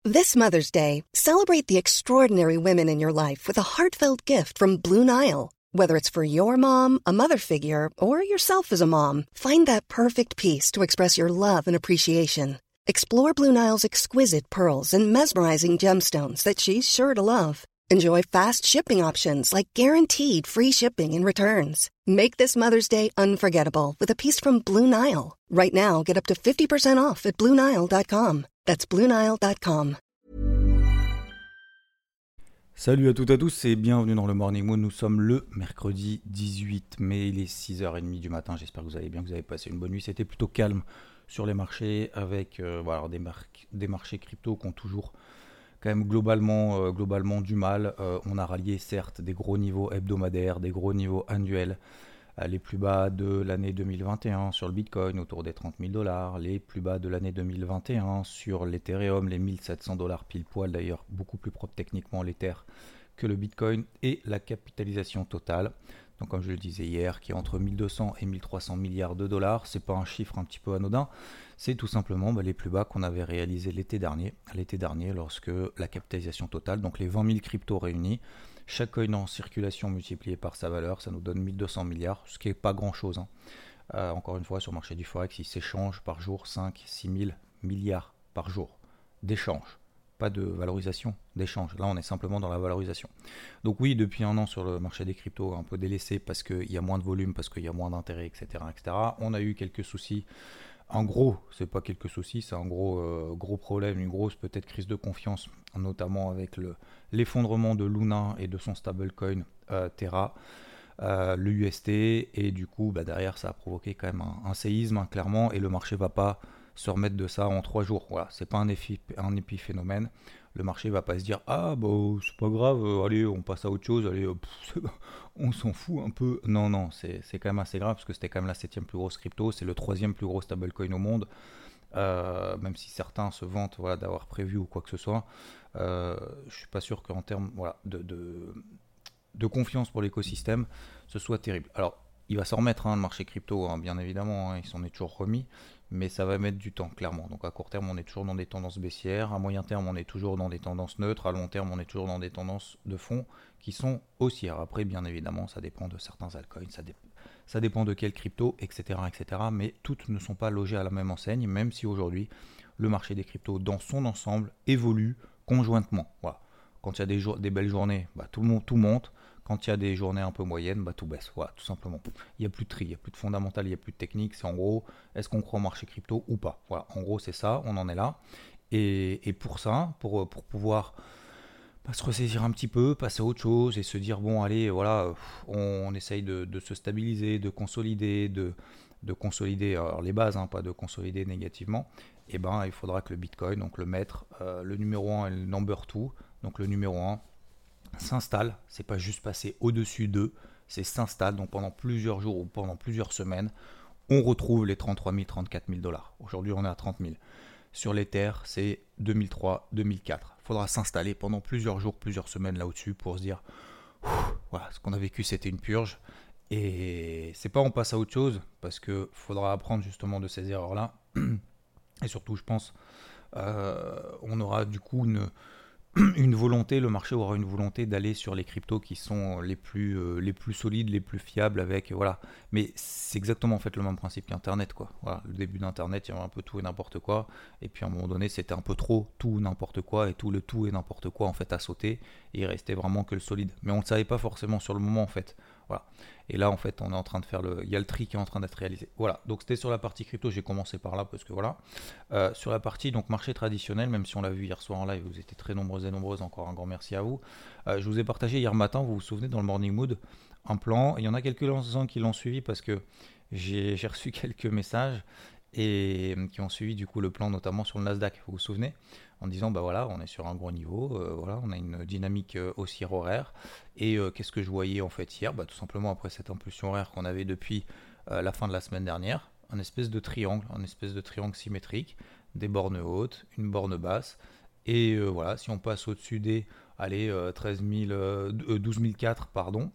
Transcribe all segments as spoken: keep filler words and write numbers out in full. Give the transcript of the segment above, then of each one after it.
This Mother's Day, celebrate the extraordinary women in your life with a heartfelt gift from Blue Nile. Whether it's for your mom, a mother figure, or yourself as a mom, find that perfect piece to express your love and appreciation. Explore Blue Nile's exquisite pearls and mesmerizing gemstones that she's sure to love. Enjoy fast shipping options like guaranteed free shipping and returns. Make this Mother's Day unforgettable with a piece from Blue Nile. Right now, get up to fifty percent off at blue nile dot com. That's blue nile dot com. Salut à toutes et à tous et bienvenue dans le Morning Mood. Nous sommes le mercredi dix-huit mai, il est six heures trente du matin. J'espère que vous allez bien, que vous avez passé une bonne nuit. C'était plutôt calme sur les marchés avec euh, voilà, des, mar- des marchés crypto qui ont toujours quand même globalement, euh, globalement du mal. Euh, on a rallié certes des gros niveaux hebdomadaires, des gros niveaux annuels. Les plus bas de l'année deux mille vingt et un sur le Bitcoin, autour des trente mille dollars. Les plus bas de l'année deux mille vingt et un sur l'Ethereum, les mille sept cents dollars pile poil. D'ailleurs, beaucoup plus propre techniquement l'Ether que le Bitcoin. Et la capitalisation totale, donc comme je le disais hier, qui est entre mille deux cents et mille trois cents milliards de dollars. C'est pas un chiffre un petit peu anodin. C'est tout simplement bah, les plus bas qu'on avait réalisés l'été dernier. L'été dernier, lorsque la capitalisation totale, donc les vingt mille cryptos réunis, chaque coin en circulation multiplié par sa valeur, ça nous donne mille deux cents milliards, ce qui n'est pas grand-chose. Hein. Euh, encore une fois, sur le marché du Forex, il s'échange par jour cinq à six mille milliards par jour d'échanges. Pas de valorisation, d'échange. Là, on est simplement dans la valorisation. Donc oui, depuis un an sur le marché des cryptos, un peu délaissé parce qu'il y a moins de volume, parce qu'il y a moins d'intérêt, et cetera, et cetera. On a eu quelques soucis. En gros, c'est pas quelques soucis, c'est un gros, euh, gros problème, une grosse peut-être crise de confiance, notamment avec le, l'effondrement de Luna et de son stablecoin euh, Terra, euh, le U S T, et du coup, bah, derrière, ça a provoqué quand même un, un séisme, hein, clairement, et le marché va pas se remettre de ça en trois jours. Voilà, c'est pas un, effi, un épiphénomène. Le marché va pas se dire ah bah c'est pas grave, euh, allez on passe à autre chose, allez euh, pff, on s'en fout un peu. Non non, c'est, c'est quand même assez grave parce que c'était quand même la septième plus grosse crypto, c'est le troisième plus gros stablecoin au monde. Euh, même si certains se vantent voilà, d'avoir prévu ou quoi que ce soit, euh, je suis pas sûr qu'en termes voilà, de, de, de confiance pour l'écosystème, ce soit terrible. Alors il va s'en remettre, hein, le marché crypto, hein, bien évidemment, hein, il s'en est toujours remis, mais ça va mettre du temps, clairement. Donc à court terme, on est toujours dans des tendances baissières, à moyen terme, on est toujours dans des tendances neutres, à long terme, on est toujours dans des tendances de fond qui sont haussières. Après, bien évidemment, ça dépend de certains altcoins, ça, dé- ça dépend de quelle crypto, et cetera, et cetera. Mais toutes ne sont pas logées à la même enseigne, même si aujourd'hui, le marché des cryptos, dans son ensemble, évolue conjointement. Voilà. Quand il y a des, jour- des belles journées, bah, tout, le monde, tout monte. Quand il y a des journées un peu moyennes, bah, tout baisse. Voilà, tout simplement. Il n'y a plus de tri, il n'y a plus de fondamental, il n'y a plus de technique. C'est en gros, est-ce qu'on croit au marché crypto ou pas? Voilà, en gros, c'est ça, on en est là. Et, et pour ça, pour, pour pouvoir bah, se ressaisir un petit peu, passer à autre chose et se dire, bon, allez, voilà, on, on essaye de, de se stabiliser, de consolider, de, de consolider alors les bases, hein, pas de consolider négativement, et ben il faudra que le Bitcoin, donc le maître, euh, le numéro un et le number deux, donc le numéro un, s'installe, c'est pas juste passer au-dessus d'eux, c'est s'installe, donc pendant plusieurs jours ou pendant plusieurs semaines, on retrouve les trente-trois mille, trente-quatre mille dollars. Aujourd'hui, on est à trente mille. Sur l'Ether, c'est deux mille trois, deux mille quatre. Il faudra s'installer pendant plusieurs jours, plusieurs semaines là au-dessus pour se dire, voilà, ce qu'on a vécu, c'était une purge. Et c'est pas on passe à autre chose, parce qu'il faudra apprendre justement de ces erreurs-là. Et surtout, je pense, euh, on aura du coup une une volonté, le marché aura une volonté d'aller sur les cryptos qui sont les plus, euh, les plus solides, les plus fiables avec, voilà. Mais c'est exactement en fait le même principe qu'Internet, quoi. Voilà, le début d'Internet, il y avait un peu tout et n'importe quoi. Et puis à un moment donné, c'était un peu trop tout ou n'importe quoi. Et tout le tout et n'importe quoi, en fait, a sauté. Et il restait vraiment que le solide. Mais on ne le savait pas forcément sur le moment, en fait. Voilà. Et là, en fait, on est en train de faire le... Il y a le tri qui est en train d'être réalisé. Voilà. Donc c'était sur la partie crypto, j'ai commencé par là parce que voilà. Euh, sur la partie donc marché traditionnel, même si on l'a vu hier soir en live, vous étiez très nombreuses et nombreuses, encore un grand merci à vous. Euh, je vous ai partagé hier matin, vous vous souvenez, dans le Morning Mood, un plan. Il y en a quelques-uns qui l'ont suivi parce que j'ai, j'ai reçu quelques messages et qui ont suivi du coup le plan, notamment sur le Nasdaq, vous vous souvenez, en disant bah voilà, on est sur un gros niveau, euh, voilà, on a une dynamique euh, haussière horaire. Et euh, qu'est-ce que je voyais en fait hier? Bah, tout simplement après cette impulsion horaire qu'on avait depuis euh, la fin de la semaine dernière, un espèce de triangle, un espèce de triangle symétrique, des bornes hautes, une borne basse, et euh, voilà, si on passe au-dessus des, allez, euh, treize mille, euh, douze mille quatre, pardon,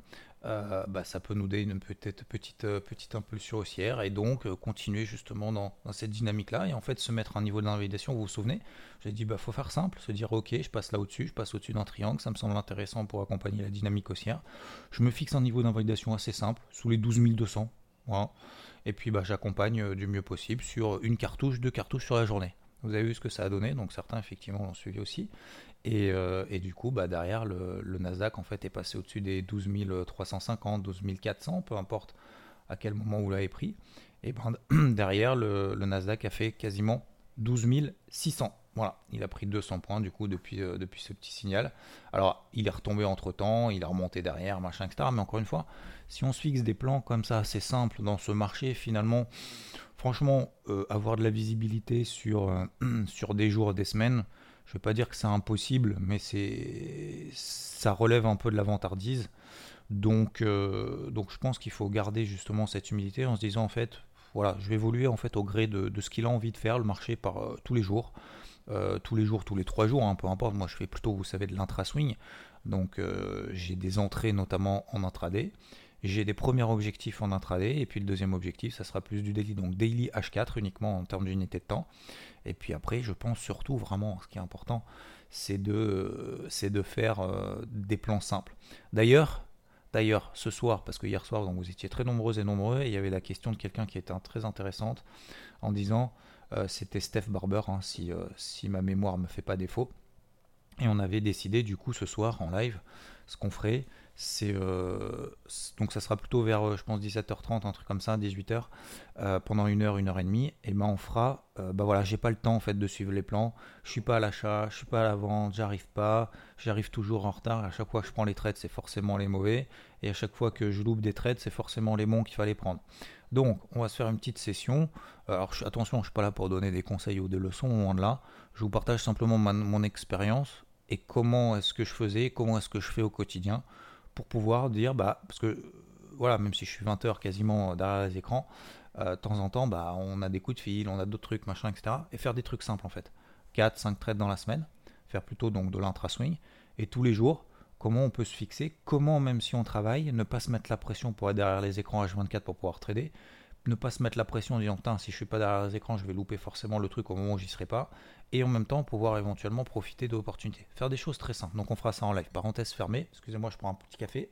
euh, bah, ça peut nous donner une peut-être petite, euh, petite impulsion haussière et donc euh, continuer justement dans, dans cette dynamique-là et en fait se mettre à un niveau d'invalidation. Vous vous souvenez, j'ai dit bah faut faire simple, se dire ok, je passe là au-dessus, je passe au-dessus d'un triangle, ça me semble intéressant pour accompagner la dynamique haussière. Je me fixe un niveau d'invalidation assez simple, sous les douze mille deux cents. Voilà. Et puis bah, j'accompagne euh, du mieux possible sur une cartouche, deux cartouches sur la journée. Vous avez vu ce que ça a donné, donc certains effectivement l'ont suivi aussi. Et, euh, et du coup, bah, derrière, le, le Nasdaq en fait est passé au-dessus des douze mille trois cent cinquante, douze mille quatre cents, peu importe à quel moment vous l'avez pris. Et ben, derrière, le, le Nasdaq a fait quasiment douze mille six cents. Voilà, il a pris deux cents points du coup depuis, euh, depuis ce petit signal. Alors, il est retombé entre temps, il a remonté derrière, machin, et cetera. Mais encore une fois, si on se fixe des plans comme ça assez simples dans ce marché, finalement, franchement, euh, avoir de la visibilité sur, euh, sur des jours, des semaines, je ne vais pas dire que c'est impossible, mais c'est ça relève un peu de la vantardise. Donc, euh, donc je pense qu'il faut garder justement cette humilité en se disant en fait, voilà, je vais évoluer en fait au gré de, de ce qu'il a envie de faire, le marché par euh, tous les jours, euh, tous les jours, tous les trois jours, hein, peu importe. Moi, je fais plutôt, vous savez, de l'intra-swing. Donc, euh, j'ai des entrées notamment en intraday. J'ai des premiers objectifs en intraday et puis le deuxième objectif, ça sera plus du daily. Donc daily H quatre uniquement en termes d'unité de temps. Et puis après, je pense surtout vraiment, ce qui est important, c'est de, c'est de faire euh, des plans simples. D'ailleurs, d'ailleurs, ce soir, parce que hier soir, donc vous étiez très nombreux et nombreux, et il y avait la question de quelqu'un qui était très intéressante en disant, euh, c'était Steph Barber, hein, si, euh, si ma mémoire me fait pas défaut. Et on avait décidé du coup ce soir en live, ce qu'on ferait, c'est euh, donc ça sera plutôt vers euh, je pense dix-sept heures trente, un truc comme ça, dix-huit heures, euh, pendant une heure, une heure et demie, et ben on fera, euh, bah voilà, j'ai pas le temps en fait de suivre les plans, je suis pas à l'achat, je suis pas à la vente, j'arrive pas, j'arrive toujours en retard, à chaque fois que je prends les trades c'est forcément les mauvais, et à chaque fois que je loupe des trades c'est forcément les bons qu'il fallait prendre. Donc on va se faire une petite session, alors je, attention, je suis pas là pour donner des conseils ou des leçons, loin de là, je vous partage simplement ma, mon expérience et comment est-ce que je faisais, comment est-ce que je fais au quotidien pour pouvoir dire, bah, parce que voilà, même si je suis vingt heures quasiment derrière les écrans, euh, de temps en temps, bah, on a des coups de fil, on a d'autres trucs, machin, et cetera. Et faire des trucs simples en fait. quatre cinq trades dans la semaine, faire plutôt donc de l'intra-swing, et tous les jours, comment on peut se fixer, comment même si on travaille, ne pas se mettre la pression pour être derrière les écrans H vingt-quatre pour pouvoir trader, ne pas se mettre la pression en disant putain si je suis pas derrière les écrans je vais louper forcément le truc au moment où j'y serai pas, et en même temps pouvoir éventuellement profiter de l'opportunité. Faire des choses très simples, donc on fera ça en live. Parenthèse fermée, excusez-moi je prends un petit café.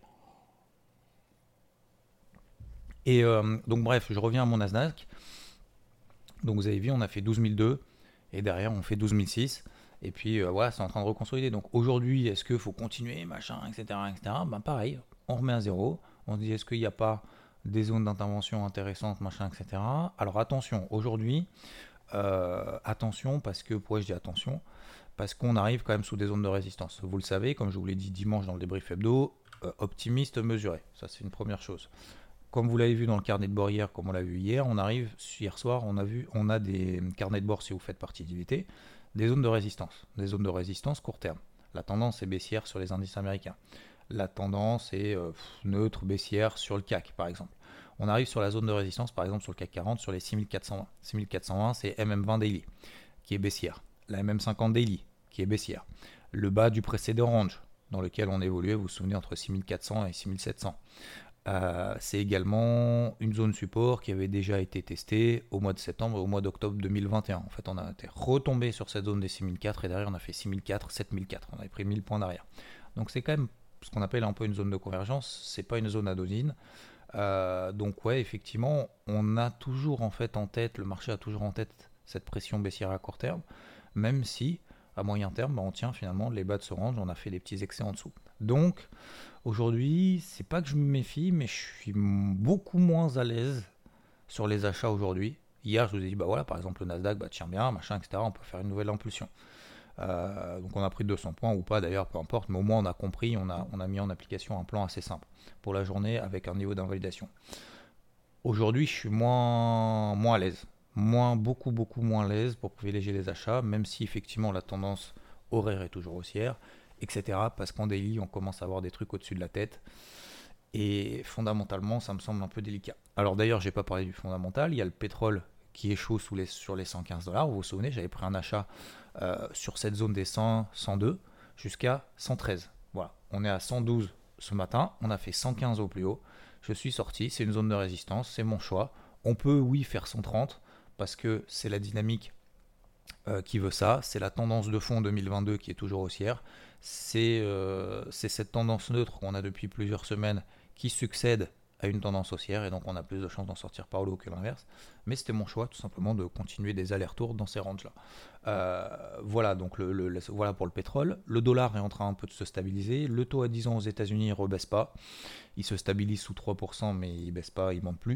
Et euh, donc bref, je reviens à mon Nasdaq. Donc vous avez vu, on a fait douze mille deux et derrière on fait douze mille six. Et puis euh, voilà, c'est en train de reconsolider. Donc aujourd'hui, est-ce qu'il faut continuer, machin, et cetera, et cetera. Ben pareil, on remet à zéro. On se dit est-ce qu'il n'y a pas des zones d'intervention intéressantes, machin, et cetera. Alors attention, aujourd'hui, euh, attention parce que, pourquoi je dis attention? Parce qu'on arrive quand même sous des zones de résistance. Vous le savez, comme je vous l'ai dit dimanche dans le débrief hebdo, euh, optimiste mesuré. Ça c'est une première chose. Comme vous l'avez vu dans le carnet de bord hier, comme on l'a vu hier, on arrive, hier soir, on a vu, on a des carnets de bord si vous faites partie d'I V T, des zones de résistance, des zones de résistance court terme. La tendance est baissière sur les indices américains. La tendance est euh, neutre, baissière sur le C A C par exemple. On arrive sur la zone de résistance, par exemple sur le C A C quarante, sur les six mille quatre cent vingt. six mille quatre cent vingt, c'est M M vingt Daily, qui est baissière. La M M cinquante Daily, qui est baissière. Le bas du précédent range, dans lequel on évoluait, vous vous souvenez, entre six mille quatre cents et six mille sept cents. Euh, c'est également une zone support qui avait déjà été testée au mois de septembre et au mois d'octobre deux mille vingt et un. En fait, on a été retombé sur cette zone des six mille quatre et derrière, on a fait six mille quatre, sept mille quatre. On avait pris mille points d'arrière. Donc, c'est quand même ce qu'on appelle un peu une zone de convergence. C'est pas une zone adosine. Euh, donc, ouais, effectivement, on a toujours en fait en tête, le marché a toujours en tête cette pression baissière à court terme, même si à moyen terme, bah, on tient finalement les bas de ce range, on a fait des petits excès en dessous. Donc, aujourd'hui, c'est pas que je me méfie, mais je suis beaucoup moins à l'aise sur les achats aujourd'hui. Hier, je vous ai dit, bah voilà, par exemple, le Nasdaq, bah tiens bien, machin, et cetera. On peut faire une nouvelle impulsion. Euh, donc on a pris deux cents points ou pas d'ailleurs, peu importe, mais au moins on a compris, on a, on a mis en application un plan assez simple pour la journée avec un niveau d'invalidation. Aujourd'hui, je suis moins, moins à l'aise, moins, beaucoup, beaucoup moins à l'aise pour privilégier les achats, même si effectivement la tendance horaire est toujours haussière, et cetera. Parce qu'en daily, on commence à avoir des trucs au-dessus de la tête. Et fondamentalement, ça me semble un peu délicat. Alors d'ailleurs, j'ai pas parlé du fondamental. Il y a le pétrole qui est chaud sous les, sur les cent quinze dollars. Vous vous souvenez, j'avais pris un achat euh, sur cette zone des cent, cent deux jusqu'à cent treize. Voilà, on est à cent douze, ce matin, on a fait cent quinze au plus haut. Je suis sorti, c'est une zone de résistance, c'est mon choix. On peut, oui, faire cent trente parce que c'est la dynamique euh, qui veut ça. C'est la tendance de fond deux mille vingt-deux qui est toujours haussière. C'est, euh, c'est cette tendance neutre qu'on a depuis plusieurs semaines qui succède à une tendance haussière et donc on a plus de chances d'en sortir par le haut que l'inverse. Mais c'était mon choix tout simplement de continuer des allers-retours dans ces ranges-là. Euh, voilà donc le, le, le, voilà pour le pétrole. Le dollar est en train un peu de se stabiliser. Le taux à dix ans aux États-Unis ne rebaisse pas. Il se stabilise sous trois pour cent mais il ne baisse pas, il ne monte plus.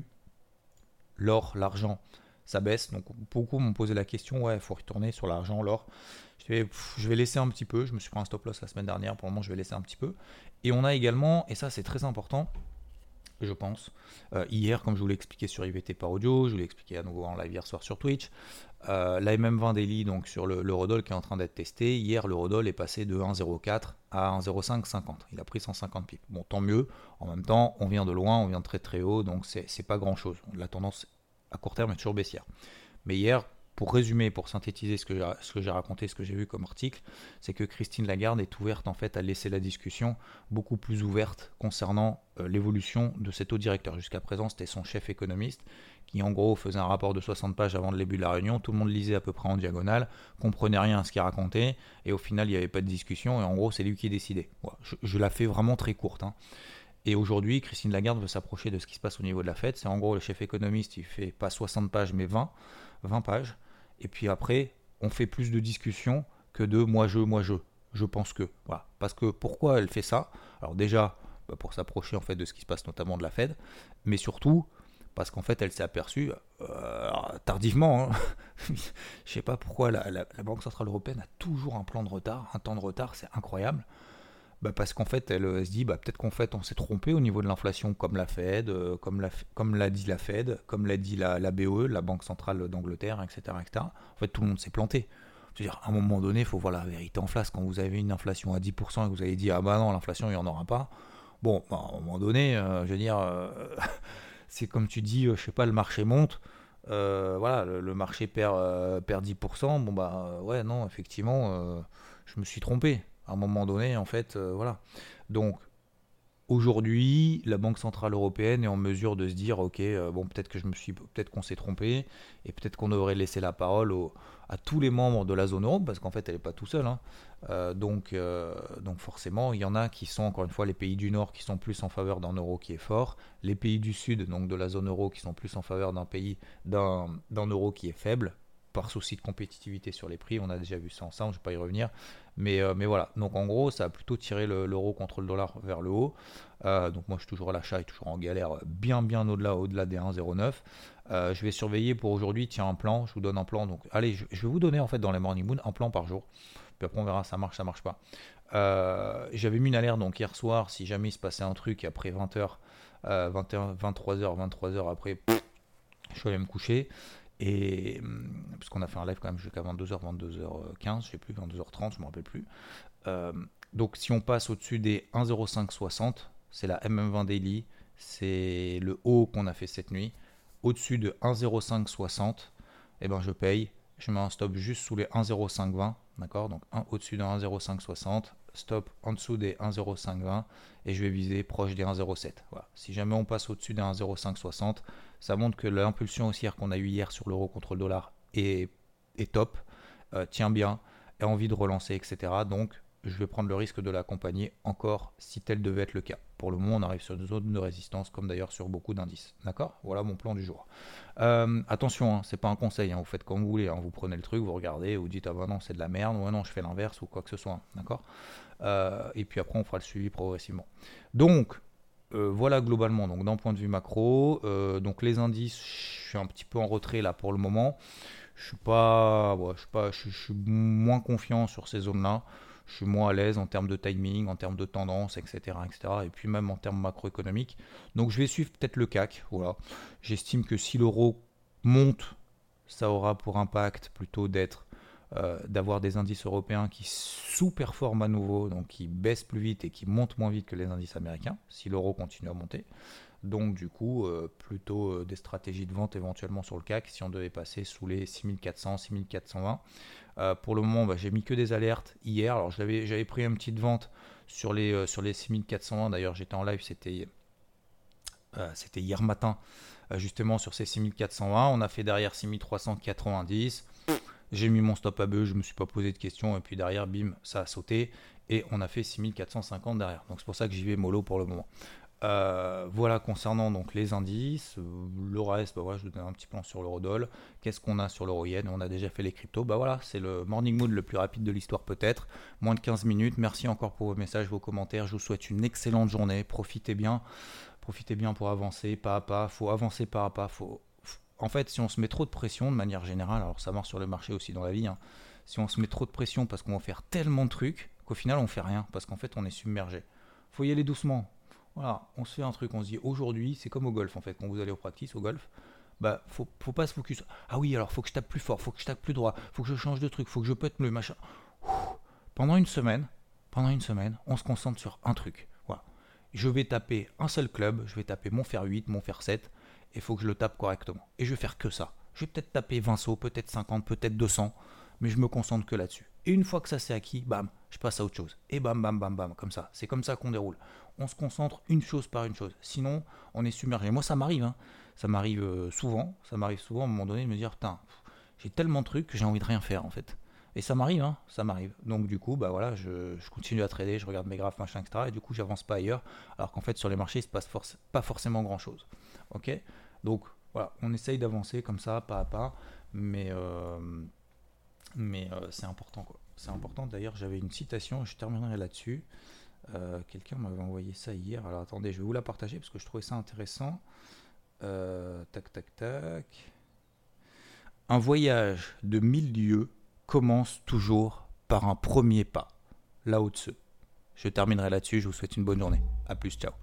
L'or, l'argent, ça baisse. Donc beaucoup m'ont posé la question, ouais, il faut retourner sur l'argent, l'or. Je vais, pff, je vais laisser un petit peu. Je me suis pris un stop loss la semaine dernière. Pour le moment, je vais laisser un petit peu. Et on a également, et ça c'est très important, je pense. Euh, hier, comme je vous l'ai expliqué sur I V T par audio, je vous l'ai expliqué à nouveau en live hier soir sur Twitch, euh, la M M vingt Daily, donc sur le, l'eurodoll qui est en train d'être testé, hier l'eurodoll est passé de un virgule zéro quatre à un virgule zéro cinq cinquante. Il a pris cent cinquante pips. Bon, tant mieux. En même temps, on vient de loin, on vient de très très haut, donc c'est, c'est pas grand chose. La tendance à court terme est toujours baissière. Mais hier, pour résumer, pour synthétiser ce que, j'ai, ce que j'ai raconté, ce que j'ai vu comme article, c'est que Christine Lagarde est ouverte en fait à laisser la discussion beaucoup plus ouverte concernant euh, l'évolution de cet taux directeur. Jusqu'à présent, c'était son chef économiste qui en gros faisait un rapport de soixante pages avant le début de la réunion, tout le monde lisait à peu près en diagonale, comprenait rien à ce qu'il racontait, et au final il n'y avait pas de discussion, et en gros c'est lui qui décidait. Voilà, je, je la fais vraiment très courte. Hein. Et aujourd'hui, Christine Lagarde veut s'approcher de ce qui se passe au niveau de la Fed. C'est en gros le chef économiste, il fait pas soixante pages mais vingt, vingt pages. Et puis après, on fait plus de discussions que de moi je, moi je. Je pense que. Voilà. Parce que pourquoi elle fait ça? Alors déjà, bah pour s'approcher en fait de ce qui se passe notamment de la Fed, mais surtout parce qu'en fait elle s'est aperçue euh, tardivement. Hein. Je sais pas pourquoi la, la, la Banque Centrale Européenne a toujours un plan de retard, un temps de retard, c'est incroyable. Bah parce qu'en fait, elle, elle se dit, bah peut-être qu'en fait, on s'est trompé au niveau de l'inflation, comme la Fed, euh, comme, la, comme l'a dit la Fed, comme l'a dit la, la B O E, la Banque Centrale d'Angleterre, et cetera, et cetera. En fait, tout le monde s'est planté. C'est-à-dire, à un moment donné, il faut voir la vérité en face. Quand vous avez une inflation à dix pour cent et que vous avez dit, ah bah non, l'inflation, il n'y en aura pas. Bon, bah, à un moment donné, euh, je veux dire, euh, c'est comme tu dis, euh, je sais pas, le marché monte. Euh, voilà, le, le marché perd, euh, perd dix pour cent. Bon, bah euh, ouais, non, effectivement, euh, je me suis trompé. À un moment donné, en fait, euh, voilà. Donc, aujourd'hui, la Banque Centrale Européenne est en mesure de se dire, ok, euh, bon, peut-être que je me suis, peut-être qu'on s'est trompé, et peut-être qu'on devrait laisser la parole au, à tous les membres de la zone euro, parce qu'en fait, elle n'est pas tout seule. Hein. Euh, donc, euh, donc, forcément, il y en a qui sont, encore une fois, les pays du Nord qui sont plus en faveur d'un euro qui est fort, les pays du Sud, donc de la zone euro, qui sont plus en faveur d'un pays, d'un, d'un euro qui est faible, par souci de compétitivité sur les prix. On a déjà vu ça ensemble, je ne vais pas y revenir. Mais, euh, mais voilà, donc en gros, ça a plutôt tiré le, l'euro contre le dollar vers le haut. Euh, donc moi, je suis toujours à l'achat et toujours en galère, bien, bien au-delà, au-delà des un virgule zéro neuf. Euh, je vais surveiller pour aujourd'hui, tiens, un plan, je vous donne un plan. Donc allez, je, je vais vous donner en fait dans les Morning Moon un plan par jour. Puis après, on verra, ça marche, ça marche pas. Euh, j'avais mis une alerte donc hier soir, si jamais il se passait un truc après vingt heures, euh, vingt et un, vingt-trois heures, vingt-trois heures après, pff, je suis allé me coucher. Et parce qu'on a fait un live quand même jusqu'à vingt-deux heures, vingt-deux heures quinze, je sais plus, vingt-deux heures trente, je me rappelle plus. Euh, donc si on passe au-dessus des un virgule zéro cinq soixante, c'est la M M vingt Daily, c'est le haut qu'on a fait cette nuit. Au-dessus de un virgule zéro cinq soixante, eh ben je paye, je mets un stop juste sous les un virgule zéro cinq vingt, d'accord? Donc un, au-dessus de un virgule zéro cinq soixante, stop en dessous des un virgule zéro cinq vingt et je vais viser proche des un virgule zéro sept. Voilà. Si jamais on passe au-dessus des un virgule zéro cinq soixante, ça montre que l'impulsion haussière qu'on a eue hier sur l'euro contre le dollar est, est top, euh, tient bien, a envie de relancer, et cetera. Donc je vais prendre le risque de l'accompagner encore si tel devait être le cas. Pour le moment, on arrive sur une zone de résistance, comme d'ailleurs sur beaucoup d'indices. D'accord? Voilà mon plan du jour. Euh, attention, hein, c'est pas un conseil, hein, vous faites comme vous voulez, hein, vous prenez le truc, vous regardez, vous dites ah bah non c'est de la merde, ou ah non je fais l'inverse ou quoi que ce soit, hein, d'accord? Euh, et puis après on fera le suivi progressivement. Donc euh, voilà globalement, donc d'un point de vue macro, euh, donc les indices, je suis un petit peu en retrait là pour le moment. Je suis pas, ouais, je suis pas, je, je suis moins confiant sur ces zones-là. Je suis moins à l'aise en termes de timing, en termes de tendance, et cetera, et cetera. Et puis même en termes macroéconomiques. Donc je vais suivre peut-être le C A C. Voilà. J'estime que si l'euro monte, ça aura pour impact plutôt d'être euh, d'avoir des indices européens qui sous-performent à nouveau, donc qui baissent plus vite et qui montent moins vite que les indices américains, si l'euro continue à monter. Donc du coup, euh, plutôt euh, des stratégies de vente éventuellement sur le C A C si on devait passer sous les six mille quatre cents, six mille quatre cent vingt. Euh, pour le moment, bah, j'ai mis que des alertes hier. Alors j'avais, j'avais pris une petite vente sur les, euh, sur les six mille quatre cent vingt. D'ailleurs, j'étais en live, c'était, euh, c'était hier matin, euh, justement sur ces six mille quatre cent vingt. On a fait derrière six mille trois cent quatre-vingt-dix. J'ai mis mon stop à bœuf, je ne me suis pas posé de questions. Et puis derrière, bim, ça a sauté. Et on a fait six mille quatre cent cinquante derrière. Donc c'est pour ça que j'y vais mollo pour le moment. Euh, voilà concernant donc les indices, euh, le reste, bah voilà, je vous donne un petit plan sur l'eurodoll. Qu'est-ce qu'on a sur l'euro-yen? On a déjà fait les cryptos. Bah voilà, c'est le morning mood le plus rapide de l'histoire peut-être. Moins de quinze minutes. Merci encore pour vos messages, vos commentaires. Je vous souhaite une excellente journée. Profitez bien, profitez bien pour avancer pas à pas. Faut avancer pas à pas. Faut, faut... En fait, si on se met trop de pression de manière générale, alors ça marche sur le marché aussi dans la vie. Hein, si on se met trop de pression parce qu'on va faire tellement de trucs qu'au final on fait rien parce qu'en fait on est submergé. Faut y aller doucement. Voilà, on se fait un truc, on se dit aujourd'hui, c'est comme au golf en fait, quand vous allez au practice, au golf, bah faut, faut pas se focus. Ah oui, alors faut que je tape plus fort, faut que je tape plus droit, faut que je change de truc, faut que je pète le machin. Ouh. Pendant une semaine, pendant une semaine, on se concentre sur un truc. Voilà. Je vais taper un seul club, je vais taper mon fer huit, mon fer sept, et il faut que je le tape correctement. Et je vais faire que ça. Je vais peut-être taper vingt sauts, peut-être cinquante, peut-être deux cents, mais je me concentre que là-dessus. Et une fois que ça c'est acquis, bam, je passe à autre chose. Et bam, bam, bam, bam, comme ça. C'est comme ça qu'on déroule. On se concentre une chose par une chose. Sinon, on est submergé. Moi, ça m'arrive. Hein. Ça m'arrive euh, souvent. Ça m'arrive souvent à un moment donné de me dire, putain, j'ai tellement de trucs que j'ai envie de rien faire en fait. Et ça m'arrive, hein, ça m'arrive. Donc du coup, bah voilà, je, je continue à trader, je regarde mes graphes, machin, et cetera. Et du coup, j'avance pas ailleurs. Alors qu'en fait, sur les marchés, il se passe forc- pas forcément grand-chose. Ok ? Donc voilà, on essaye d'avancer comme ça, pas à pas. Mais... Euh, Mais euh, c'est important quoi. C'est important. D'ailleurs, j'avais une citation, je terminerai là-dessus. Euh, quelqu'un m'avait envoyé ça hier. Alors attendez, je vais vous la partager parce que je trouvais ça intéressant. Euh, tac, tac, tac. Un voyage de mille lieues commence toujours par un premier pas. Lao Tzu. Je terminerai là-dessus. Je vous souhaite une bonne journée. À plus, ciao.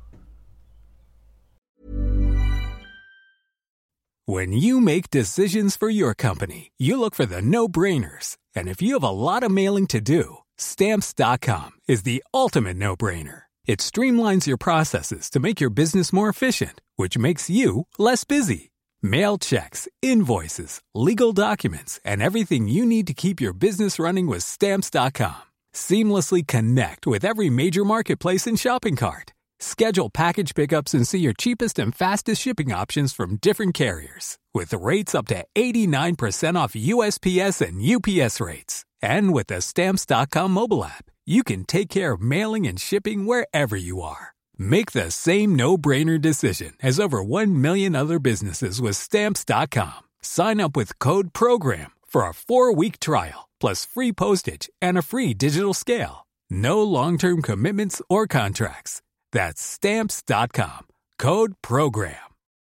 When you make decisions for your company, you look for the no-brainers. And if you have a lot of mailing to do, Stamps dot com is the ultimate no-brainer. It streamlines your processes to make your business more efficient, which makes you less busy. Mail checks, invoices, legal documents, and everything you need to keep your business running with Stamps dot com. Seamlessly connect with every major marketplace and shopping cart. Schedule package pickups and see your cheapest and fastest shipping options from different carriers. With rates up to eighty-nine percent off U S P S and U P S rates. And with the Stamps dot com mobile app, you can take care of mailing and shipping wherever you are. Make the same no-brainer decision as over one million other businesses with Stamps dot com. Sign up with code PROGRAM for a four-week trial, plus free postage and a free digital scale. No long-term commitments or contracts. That's Stamps dot com. Code PROGRAM.